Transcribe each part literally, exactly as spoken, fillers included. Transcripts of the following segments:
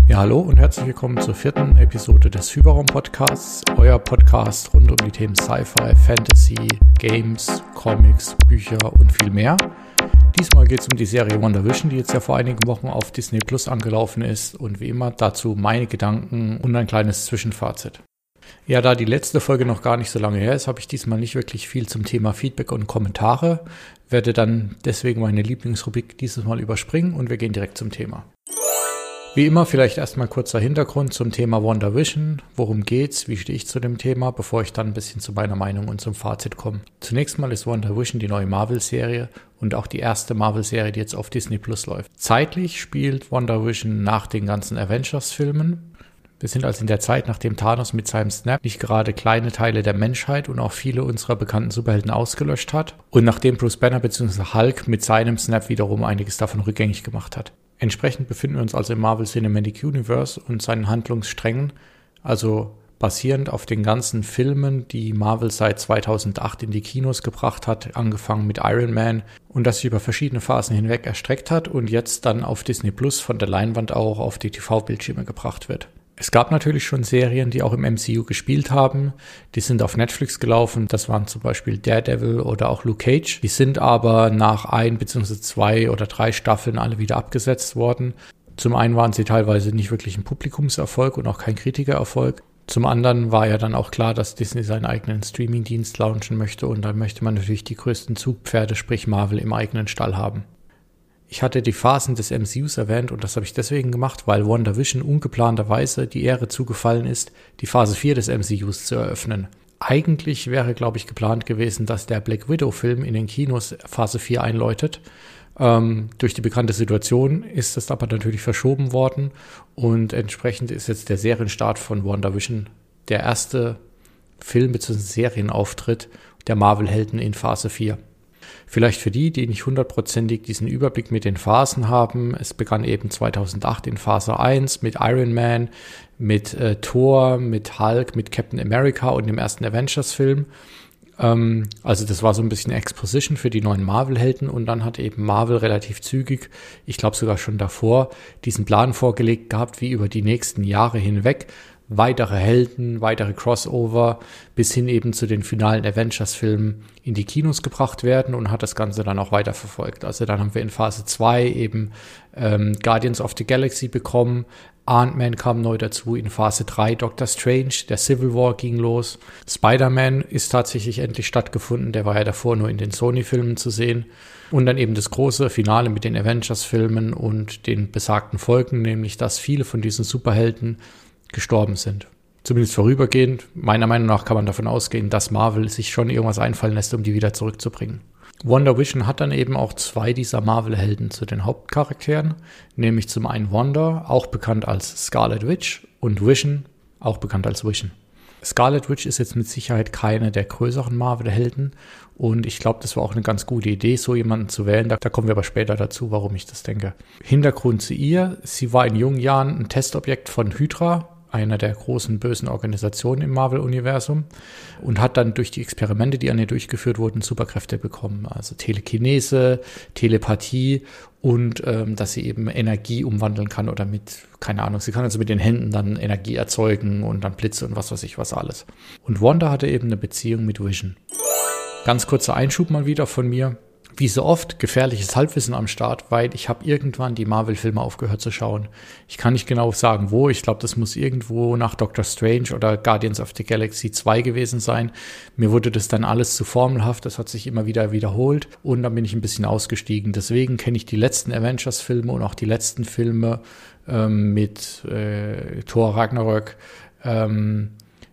Ja, hallo und herzlich willkommen zur vierten Episode des Hyperraum-Podcasts, euer Podcast rund um die Themen Sci-Fi, Fantasy, Games, Comics, Bücher und viel mehr. Diesmal geht es um die Serie WandaVision, die jetzt ja vor einigen Wochen auf Disney Plus angelaufen ist, und wie immer dazu meine Gedanken und ein kleines Zwischenfazit. Ja, da die letzte Folge noch gar nicht so lange her ist, habe ich diesmal nicht wirklich viel zum Thema Feedback und Kommentare, werde dann deswegen meine Lieblingsrubrik dieses Mal überspringen und wir gehen direkt zum Thema. Wie immer vielleicht erstmal kurzer Hintergrund zum Thema WandaVision. Worum geht's? Wie stehe ich zu dem Thema? Bevor ich dann ein bisschen zu meiner Meinung und zum Fazit komme. Zunächst mal ist WandaVision die neue Marvel-Serie und auch die erste Marvel-Serie, die jetzt auf Disney Plus läuft. Zeitlich spielt WandaVision nach den ganzen Avengers-Filmen. Wir sind also in der Zeit, nachdem Thanos mit seinem Snap nicht gerade kleine Teile der Menschheit und auch viele unserer bekannten Superhelden ausgelöscht hat und nachdem Bruce Banner bzw. Hulk mit seinem Snap wiederum einiges davon rückgängig gemacht hat. Entsprechend befinden wir uns also im Marvel Cinematic Universe und seinen Handlungssträngen, also basierend auf den ganzen Filmen, die Marvel seit zweitausendacht in die Kinos gebracht hat, angefangen mit Iron Man und das sich über verschiedene Phasen hinweg erstreckt hat und jetzt dann auf Disney Plus von der Leinwand auch auf die T V-Bildschirme gebracht wird. Es gab natürlich schon Serien, die auch im M C U gespielt haben. Die sind auf Netflix gelaufen. Das waren zum Beispiel Daredevil oder auch Luke Cage. Die sind aber nach ein bzw. zwei oder drei Staffeln alle wieder abgesetzt worden. Zum einen waren sie teilweise nicht wirklich ein Publikumserfolg und auch kein Kritikererfolg. Zum anderen war ja dann auch klar, dass Disney seinen eigenen Streamingdienst launchen möchte und dann möchte man natürlich die größten Zugpferde, sprich Marvel, im eigenen Stall haben. Ich hatte die Phasen des M C Us erwähnt und das habe ich deswegen gemacht, weil WandaVision ungeplanterweise die Ehre zugefallen ist, die Phase vier des M C Us zu eröffnen. Eigentlich wäre, glaube ich, geplant gewesen, dass der Black Widow-Film in den Kinos Phase vier einläutet. Ähm, durch die bekannte Situation ist das aber natürlich verschoben worden und entsprechend ist jetzt der Serienstart von WandaVision der erste Film- bzw. Serienauftritt der Marvel-Helden in Phase vier. Vielleicht für die, die nicht hundertprozentig diesen Überblick mit den Phasen haben. Es begann eben zweitausendacht in Phase eins mit Iron Man, mit äh, Thor, mit Hulk, mit Captain America und dem ersten Avengers-Film. Ähm, also das war so ein bisschen Exposition für die neuen Marvel-Helden und dann hat eben Marvel relativ zügig, ich glaube sogar schon davor, diesen Plan vorgelegt gehabt, wie über die nächsten Jahre hinweg weitere Helden, weitere Crossover bis hin eben zu den finalen Avengers-Filmen in die Kinos gebracht werden und hat das Ganze dann auch weiterverfolgt. Also dann haben wir in Phase zwei eben ähm, Guardians of the Galaxy bekommen, Ant-Man kam neu dazu, in Phase drei Doctor Strange, der Civil War ging los, Spider-Man ist tatsächlich endlich stattgefunden, der war ja davor nur in den Sony-Filmen zu sehen. Und dann eben das große Finale mit den Avengers-Filmen und den besagten Folgen, nämlich dass viele von diesen Superhelden gestorben sind. Zumindest vorübergehend. Meiner Meinung nach kann man davon ausgehen, dass Marvel sich schon irgendwas einfallen lässt, um die wieder zurückzubringen. WandaVision hat dann eben auch zwei dieser Marvel-Helden zu den Hauptcharakteren, nämlich zum einen Wanda, auch bekannt als Scarlet Witch, und Vision, auch bekannt als Vision. Scarlet Witch ist jetzt mit Sicherheit keine der größeren Marvel-Helden und ich glaube, das war auch eine ganz gute Idee, so jemanden zu wählen. Da, da kommen wir aber später dazu, warum ich das denke. Hintergrund zu ihr: Sie war in jungen Jahren ein Testobjekt von Hydra, einer der großen bösen Organisationen im Marvel-Universum, und hat dann durch die Experimente, die an ihr durchgeführt wurden, Superkräfte bekommen. Also Telekinese, Telepathie und ähm, dass sie eben Energie umwandeln kann oder mit, keine Ahnung, sie kann also mit den Händen dann Energie erzeugen und dann Blitze und was weiß ich was alles. Und Wanda hatte eben eine Beziehung mit Vision. Ganz kurzer Einschub mal wieder von mir. Wie so oft gefährliches Halbwissen am Start, weil ich habe irgendwann die Marvel-Filme aufgehört zu schauen. Ich kann nicht genau sagen, wo. Ich glaube, das muss irgendwo nach Doctor Strange oder Guardians of the Galaxy zwei gewesen sein. Mir wurde das dann alles zu formelhaft. Das hat sich immer wieder wiederholt und dann bin ich ein bisschen ausgestiegen. Deswegen kenne ich die letzten Avengers-Filme und auch die letzten Filme ähm, mit äh, Thor Ragnarök, ähm,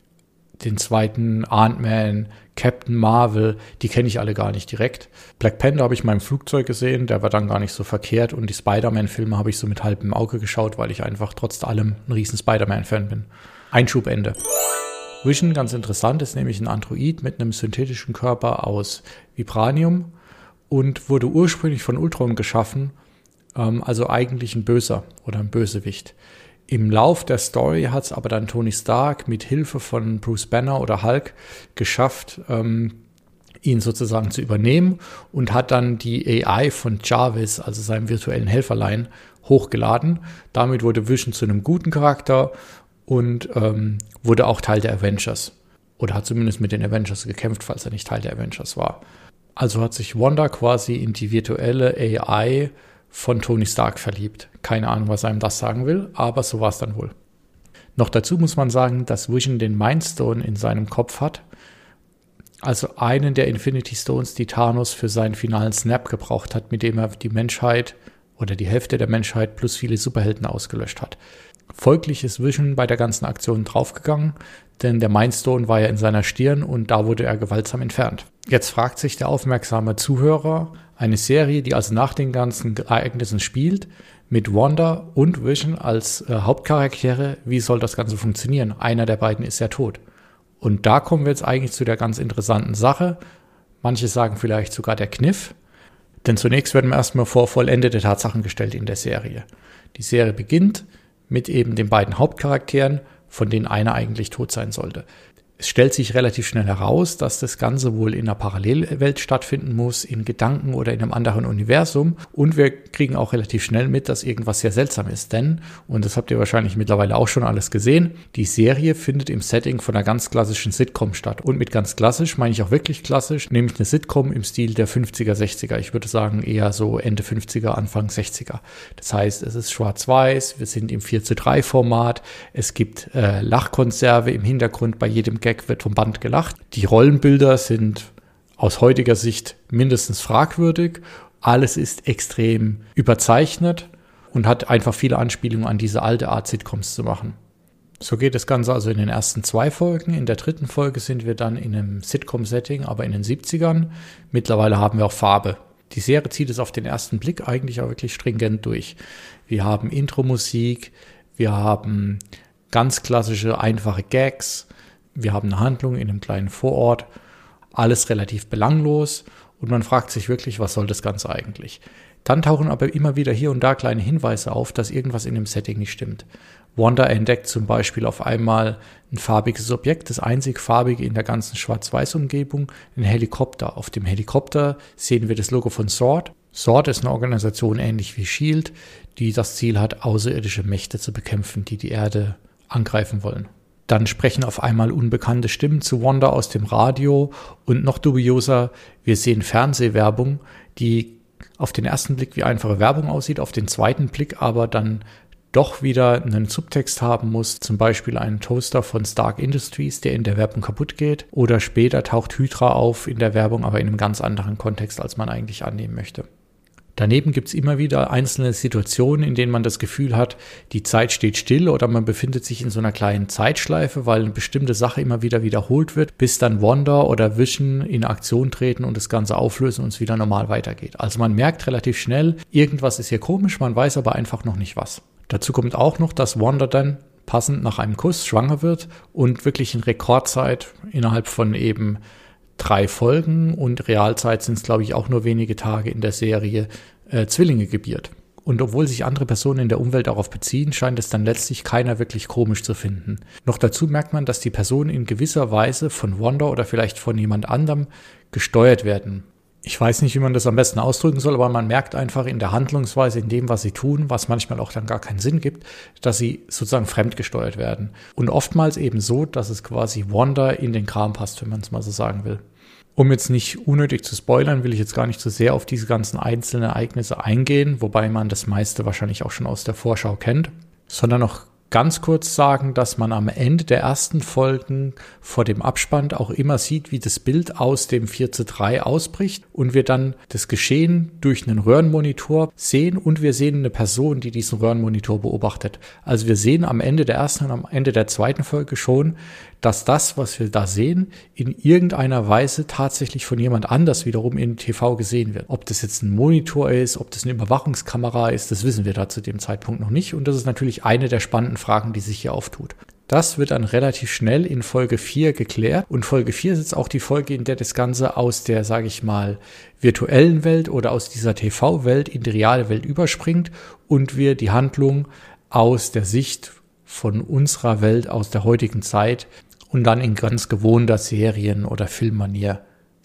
den zweiten Ant-Man, Captain Marvel, die kenne ich alle gar nicht direkt. Black Panther habe ich mal im Flugzeug gesehen, der war dann gar nicht so verkehrt und die Spider-Man-Filme habe ich so mit halbem Auge geschaut, weil ich einfach trotz allem ein riesen Spider-Man-Fan bin. Einschubende. Vision, ganz interessant, ist nämlich ein Android mit einem synthetischen Körper aus Vibranium und wurde ursprünglich von Ultron geschaffen, ähm, also eigentlich ein Böser oder ein Bösewicht. Im Lauf der Story hat es aber dann Tony Stark mit Hilfe von Bruce Banner oder Hulk geschafft, ähm, ihn sozusagen zu übernehmen und hat dann die A I von Jarvis, also seinem virtuellen Helferlein, hochgeladen. Damit wurde Vision zu einem guten Charakter und ähm, wurde auch Teil der Avengers. Oder hat zumindest mit den Avengers gekämpft, falls er nicht Teil der Avengers war. Also hat sich Wanda quasi in die virtuelle A I von Tony Stark verliebt. Keine Ahnung, was einem das sagen will, aber so war es dann wohl. Noch dazu muss man sagen, dass Vision den Mindstone in seinem Kopf hat, also einen der Infinity Stones, die Thanos für seinen finalen Snap gebraucht hat, mit dem er die Menschheit oder die Hälfte der Menschheit plus viele Superhelden ausgelöscht hat. Folglich ist Vision bei der ganzen Aktion draufgegangen, denn der Mindstone war ja in seiner Stirn und da wurde er gewaltsam entfernt. Jetzt fragt sich der aufmerksame Zuhörer, eine Serie, die also nach den ganzen Ereignissen spielt, mit Wanda und Vision als äh, Hauptcharaktere, wie soll das Ganze funktionieren? Einer der beiden ist ja tot. Und da kommen wir jetzt eigentlich zu der ganz interessanten Sache. Manche sagen vielleicht sogar der Kniff. Denn zunächst werden wir erstmal vor vollendete Tatsachen gestellt in der Serie. Die Serie beginnt mit eben den beiden Hauptcharakteren, von denen einer eigentlich tot sein sollte. Es stellt sich relativ schnell heraus, dass das Ganze wohl in einer Parallelwelt stattfinden muss, in Gedanken oder in einem anderen Universum. Und wir kriegen auch relativ schnell mit, dass irgendwas sehr seltsam ist. Denn, und das habt ihr wahrscheinlich mittlerweile auch schon alles gesehen, die Serie findet im Setting von einer ganz klassischen Sitcom statt. Und mit ganz klassisch meine ich auch wirklich klassisch, nämlich eine Sitcom im Stil der fünfziger, sechziger. Ich würde sagen eher so Ende fünfziger, Anfang sechziger. Das heißt, es ist schwarz-weiß, wir sind im vier zu drei Format, es gibt äh, Lachkonserve im Hintergrund, bei jedem Gag wird vom Band gelacht. Die Rollenbilder sind aus heutiger Sicht mindestens fragwürdig. Alles ist extrem überzeichnet und hat einfach viele Anspielungen an diese alte Art Sitcoms zu machen. So geht das Ganze also in den ersten zwei Folgen. In der dritten Folge sind wir dann in einem Sitcom-Setting, aber in den siebzigern. Mittlerweile haben wir auch Farbe. Die Serie zieht es auf den ersten Blick eigentlich auch wirklich stringent durch. Wir haben Intro-Musik, wir haben ganz klassische, einfache Gags, wir haben eine Handlung in einem kleinen Vorort, alles relativ belanglos und man fragt sich wirklich, was soll das Ganze eigentlich? Dann tauchen aber immer wieder hier und da kleine Hinweise auf, dass irgendwas in dem Setting nicht stimmt. Wanda entdeckt zum Beispiel auf einmal ein farbiges Objekt, das einzig farbige in der ganzen Schwarz-Weiß-Umgebung, ein Helikopter. Auf dem Helikopter sehen wir das Logo von S W O R D. S W O R D ist eine Organisation ähnlich wie S H I E L D, die das Ziel hat, außerirdische Mächte zu bekämpfen, die die Erde angreifen wollen. Dann sprechen auf einmal unbekannte Stimmen zu Wanda aus dem Radio und noch dubioser, wir sehen Fernsehwerbung, die auf den ersten Blick wie einfache Werbung aussieht, auf den zweiten Blick aber dann doch wieder einen Subtext haben muss, zum Beispiel einen Toaster von Stark Industries, der in der Werbung kaputt geht, oder später taucht Hydra auf in der Werbung, aber in einem ganz anderen Kontext, als man eigentlich annehmen möchte. Daneben gibt es immer wieder einzelne Situationen, in denen man das Gefühl hat, die Zeit steht still oder man befindet sich in so einer kleinen Zeitschleife, weil eine bestimmte Sache immer wieder wiederholt wird, bis dann Wanda oder Vision in Aktion treten und das Ganze auflösen und es wieder normal weitergeht. Also man merkt relativ schnell, irgendwas ist hier komisch, man weiß aber einfach noch nicht was. Dazu kommt auch noch, dass Wanda dann passend nach einem Kuss schwanger wird und wirklich in Rekordzeit innerhalb von eben drei Folgen und Realzeit sind es, glaube ich, auch nur wenige Tage in der Serie, äh, Zwillinge gebiert. Und obwohl sich andere Personen in der Umwelt darauf beziehen, scheint es dann letztlich keiner wirklich komisch zu finden. Noch dazu merkt man, dass die Personen in gewisser Weise von Wanda oder vielleicht von jemand anderem gesteuert werden. Ich weiß nicht, wie man das am besten ausdrücken soll, aber man merkt einfach in der Handlungsweise, in dem, was sie tun, was manchmal auch dann gar keinen Sinn gibt, dass sie sozusagen fremdgesteuert werden. Und oftmals eben so, dass es quasi Wanda in den Kram passt, wenn man es mal so sagen will. Um jetzt nicht unnötig zu spoilern, will ich jetzt gar nicht so sehr auf diese ganzen einzelnen Ereignisse eingehen, wobei man das meiste wahrscheinlich auch schon aus der Vorschau kennt, sondern noch ganz kurz sagen, dass man am Ende der ersten Folgen vor dem Abspann auch immer sieht, wie das Bild aus dem vier zu drei ausbricht und wir dann das Geschehen durch einen Röhrenmonitor sehen und wir sehen eine Person, die diesen Röhrenmonitor beobachtet. Also wir sehen am Ende der ersten und am Ende der zweiten Folge schon, dass das, was wir da sehen, in irgendeiner Weise tatsächlich von jemand anders wiederum in T V gesehen wird. Ob das jetzt ein Monitor ist, ob das eine Überwachungskamera ist, das wissen wir da zu dem Zeitpunkt noch nicht. Und das ist natürlich eine der spannenden Fragen, die sich hier auftut. Das wird dann relativ schnell in Folge vier geklärt. Und Folge vier ist jetzt auch die Folge, in der das Ganze aus der, sage ich mal, virtuellen Welt oder aus dieser T V-Welt in die reale Welt überspringt und wir die Handlung aus der Sicht von unserer Welt, aus der heutigen Zeit und dann in ganz gewohnter Serien- oder Filmmanier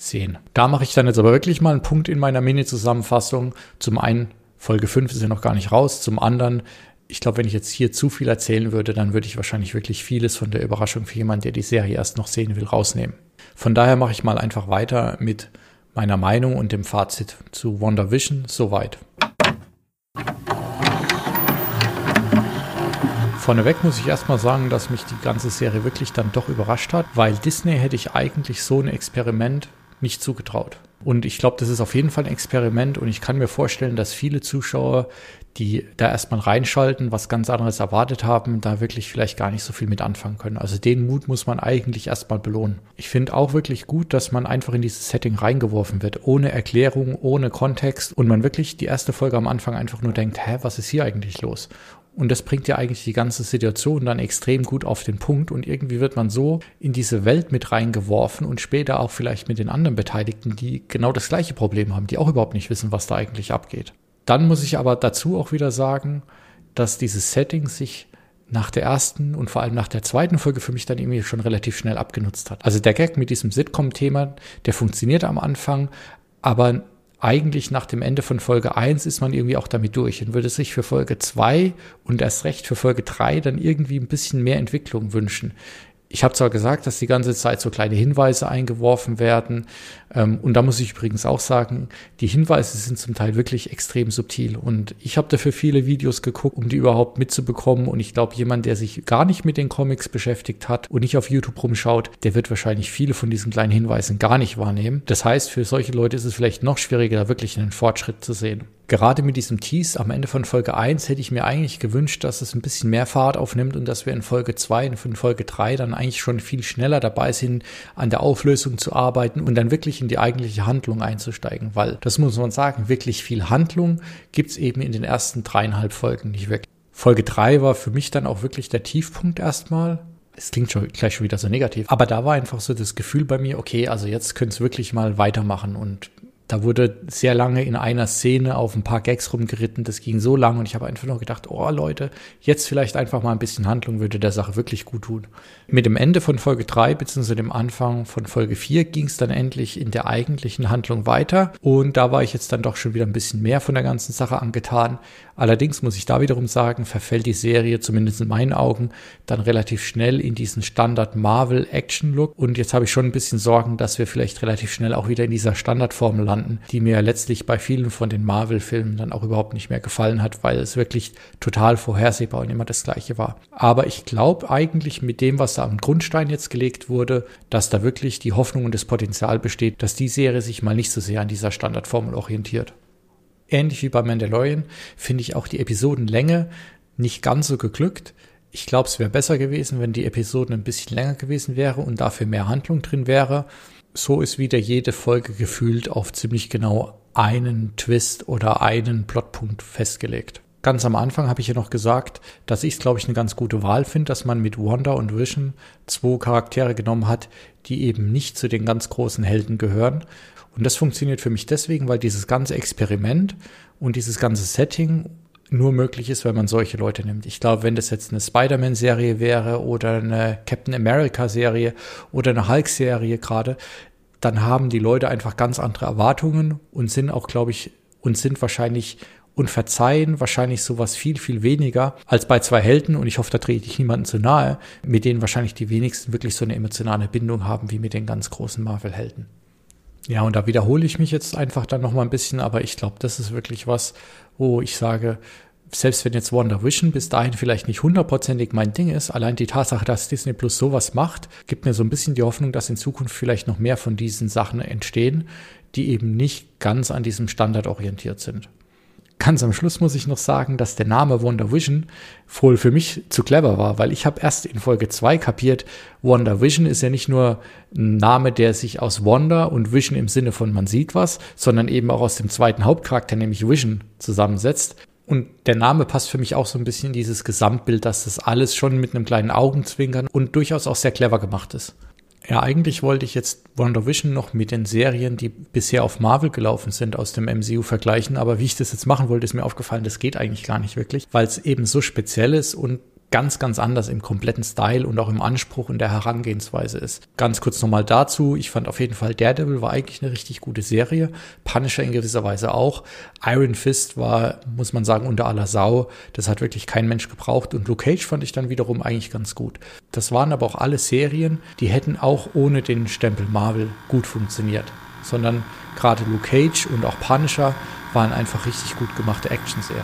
sehen. Da mache ich dann jetzt aber wirklich mal einen Punkt in meiner Mini-Zusammenfassung. Zum einen, Folge fünf ist ja noch gar nicht raus. Zum anderen, ich glaube, wenn ich jetzt hier zu viel erzählen würde, dann würde ich wahrscheinlich wirklich vieles von der Überraschung für jemanden, der die Serie erst noch sehen will, rausnehmen. Von daher mache ich mal einfach weiter mit meiner Meinung und dem Fazit zu WandaVision. Soweit. Vorneweg muss ich erstmal sagen, dass mich die ganze Serie wirklich dann doch überrascht hat, weil Disney hätte ich eigentlich so ein Experiment nicht zugetraut. Und ich glaube, das ist auf jeden Fall ein Experiment und ich kann mir vorstellen, dass viele Zuschauer, die da erstmal reinschalten, was ganz anderes erwartet haben, da wirklich vielleicht gar nicht so viel mit anfangen können. Also den Mut muss man eigentlich erstmal belohnen. Ich finde auch wirklich gut, dass man einfach in dieses Setting reingeworfen wird, ohne Erklärung, ohne Kontext und man wirklich die erste Folge am Anfang einfach nur denkt, hä, was ist hier eigentlich los? Und das bringt ja eigentlich die ganze Situation dann extrem gut auf den Punkt und irgendwie wird man so in diese Welt mit reingeworfen und später auch vielleicht mit den anderen Beteiligten, die genau das gleiche Problem haben, die auch überhaupt nicht wissen, was da eigentlich abgeht. Dann muss ich aber dazu auch wieder sagen, dass dieses Setting sich nach der ersten und vor allem nach der zweiten Folge für mich dann irgendwie schon relativ schnell abgenutzt hat. Also der Gag mit diesem Sitcom-Thema, der funktioniert am Anfang, aber eigentlich nach dem Ende von Folge eins ist man irgendwie auch damit durch und würde sich für Folge zwei und erst recht für Folge drei dann irgendwie ein bisschen mehr Entwicklung wünschen. Ich habe zwar gesagt, dass die ganze Zeit so kleine Hinweise eingeworfen werden ähm, und da muss ich übrigens auch sagen, die Hinweise sind zum Teil wirklich extrem subtil und ich habe dafür viele Videos geguckt, um die überhaupt mitzubekommen und ich glaube, jemand, der sich gar nicht mit den Comics beschäftigt hat und nicht auf YouTube rumschaut, der wird wahrscheinlich viele von diesen kleinen Hinweisen gar nicht wahrnehmen. Das heißt, für solche Leute ist es vielleicht noch schwieriger, da wirklich einen Fortschritt zu sehen. Gerade mit diesem Tease am Ende von Folge eins hätte ich mir eigentlich gewünscht, dass es ein bisschen mehr Fahrt aufnimmt und dass wir in Folge zwei und in Folge drei dann eigentlich schon viel schneller dabei sind, an der Auflösung zu arbeiten und dann wirklich in die eigentliche Handlung einzusteigen, weil, das muss man sagen, wirklich viel Handlung gibt's eben in den ersten dreieinhalb Folgen nicht wirklich. Folge drei war für mich dann auch wirklich der Tiefpunkt erstmal. Es klingt schon gleich schon wieder so negativ, aber da war einfach so das Gefühl bei mir, okay, also jetzt könnte es wirklich mal weitermachen und da wurde sehr lange in einer Szene auf ein paar Gags rumgeritten, das ging so lang und ich habe einfach nur gedacht, oh Leute, jetzt vielleicht einfach mal ein bisschen Handlung würde der Sache wirklich gut tun. Mit dem Ende von Folge drei bzw. dem Anfang von Folge vier ging es dann endlich in der eigentlichen Handlung weiter und da war ich jetzt dann doch schon wieder ein bisschen mehr von der ganzen Sache angetan. Allerdings muss ich da wiederum sagen, verfällt die Serie, zumindest in meinen Augen, dann relativ schnell in diesen Standard-Marvel-Action-Look und jetzt habe ich schon ein bisschen Sorgen, dass wir vielleicht relativ schnell auch wieder in dieser Standardformel landen, die mir letztlich bei vielen von den Marvel-Filmen dann auch überhaupt nicht mehr gefallen hat, weil es wirklich total vorhersehbar und immer das Gleiche war. Aber ich glaube eigentlich mit dem, was da am Grundstein jetzt gelegt wurde, dass da wirklich die Hoffnung und das Potenzial besteht, dass die Serie sich mal nicht so sehr an dieser Standardformel orientiert. Ähnlich wie bei Mandalorian finde ich auch die Episodenlänge nicht ganz so geglückt. Ich glaube, es wäre besser gewesen, wenn die Episoden ein bisschen länger gewesen wäre und dafür mehr Handlung drin wäre. So ist wieder jede Folge gefühlt auf ziemlich genau einen Twist oder einen Plotpunkt festgelegt. Ganz am Anfang habe ich ja noch gesagt, dass ich es, glaube ich, eine ganz gute Wahl finde, dass man mit Wanda und Vision zwei Charaktere genommen hat, die eben nicht zu den ganz großen Helden gehören. Und das funktioniert für mich deswegen, weil dieses ganze Experiment und dieses ganze Setting nur möglich ist, wenn man solche Leute nimmt. Ich glaube, wenn das jetzt eine Spider-Man-Serie wäre oder eine Captain America-Serie oder eine Hulk-Serie gerade, dann haben die Leute einfach ganz andere Erwartungen und sind auch, glaube ich, und sind wahrscheinlich und verzeihen wahrscheinlich sowas viel, viel weniger als bei zwei Helden, und ich hoffe, da trete ich niemandem zu nahe, mit denen wahrscheinlich die wenigsten wirklich so eine emotionale Bindung haben wie mit den ganz großen Marvel-Helden. Ja, und da wiederhole ich mich jetzt einfach dann noch mal ein bisschen, aber ich glaube, das ist wirklich was, wo ich sage, selbst wenn jetzt WandaVision bis dahin vielleicht nicht hundertprozentig mein Ding ist, allein die Tatsache, dass Disney Plus sowas macht, gibt mir so ein bisschen die Hoffnung, dass in Zukunft vielleicht noch mehr von diesen Sachen entstehen, die eben nicht ganz an diesem Standard orientiert sind. Ganz am Schluss muss ich noch sagen, dass der Name WandaVision wohl für mich zu clever war, weil ich habe erst in Folge zwei kapiert, WandaVision ist ja nicht nur ein Name, der sich aus Wanda und Vision im Sinne von man sieht was, sondern eben auch aus dem zweiten Hauptcharakter, nämlich Vision, zusammensetzt. Und der Name passt für mich auch so ein bisschen in dieses Gesamtbild, dass das alles schon mit einem kleinen Augenzwinkern und durchaus auch sehr clever gemacht ist. Ja, eigentlich wollte ich jetzt WandaVision noch mit den Serien, die bisher auf Marvel gelaufen sind, aus dem M C U vergleichen. Aber wie ich das jetzt machen wollte, ist mir aufgefallen, das geht eigentlich gar nicht wirklich, weil es eben so speziell ist und ganz, ganz anders im kompletten Style und auch im Anspruch und der Herangehensweise ist. Ganz kurz nochmal dazu, ich fand auf jeden Fall Daredevil war eigentlich eine richtig gute Serie, Punisher in gewisser Weise auch, Iron Fist war, muss man sagen, unter aller Sau, das hat wirklich kein Mensch gebraucht und Luke Cage fand ich dann wiederum eigentlich ganz gut. Das waren aber auch alle Serien, die hätten auch ohne den Stempel Marvel gut funktioniert, sondern gerade Luke Cage und auch Punisher waren einfach richtig gut gemachte Actionserien.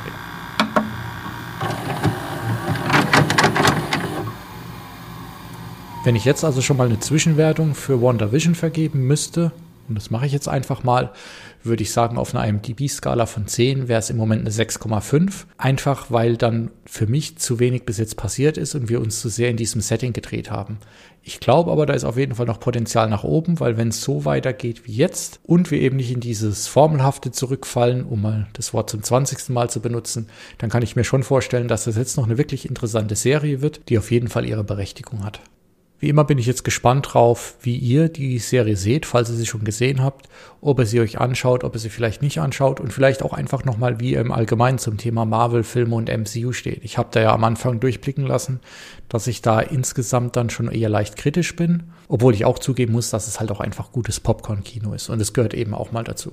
Wenn ich jetzt also schon mal eine Zwischenwertung für WandaVision vergeben müsste, und das mache ich jetzt einfach mal, würde ich sagen, auf einer I M D B-Skala von zehn wäre es im Moment eine sechs Komma fünf. Einfach, weil dann für mich zu wenig bis jetzt passiert ist und wir uns zu sehr in diesem Setting gedreht haben. Ich glaube aber, da ist auf jeden Fall noch Potenzial nach oben, weil wenn es so weitergeht wie jetzt und wir eben nicht in dieses Formelhafte zurückfallen, um mal das Wort zum zwanzigsten Mal zu benutzen, dann kann ich mir schon vorstellen, dass das jetzt noch eine wirklich interessante Serie wird, die auf jeden Fall ihre Berechtigung hat. Wie immer bin ich jetzt gespannt drauf, wie ihr die Serie seht, falls ihr sie schon gesehen habt, ob ihr sie euch anschaut, ob ihr sie vielleicht nicht anschaut und vielleicht auch einfach nochmal, wie ihr im Allgemeinen zum Thema Marvel-Filme und M C U steht. Ich habe da ja am Anfang durchblicken lassen, dass ich da insgesamt dann schon eher leicht kritisch bin, obwohl ich auch zugeben muss, dass es halt auch einfach gutes Popcorn-Kino ist und es gehört eben auch mal dazu.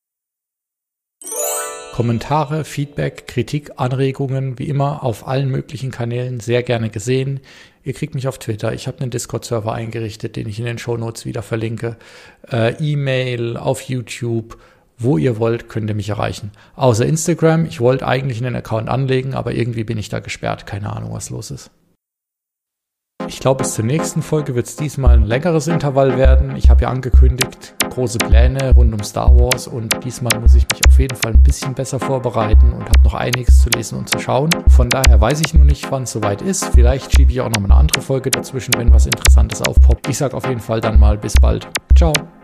Kommentare, Feedback, Kritik, Anregungen, wie immer auf allen möglichen Kanälen sehr gerne gesehen. Ihr kriegt mich auf Twitter, ich habe einen Discord-Server eingerichtet, den ich in den Shownotes wieder verlinke. Äh, E-Mail, auf YouTube, wo ihr wollt, könnt ihr mich erreichen. Außer Instagram, ich wollte eigentlich einen Account anlegen, aber irgendwie bin ich da gesperrt, keine Ahnung, was los ist. Ich glaube, bis zur nächsten Folge wird es diesmal ein längeres Intervall werden. Ich habe ja angekündigt, große Pläne rund um Star Wars und diesmal muss ich mich auf jeden Fall ein bisschen besser vorbereiten und habe noch einiges zu lesen und zu schauen. Von daher weiß ich nur nicht, wann es soweit ist. Vielleicht schiebe ich auch noch mal eine andere Folge dazwischen, wenn was Interessantes aufpoppt. Ich sage auf jeden Fall dann mal bis bald. Ciao.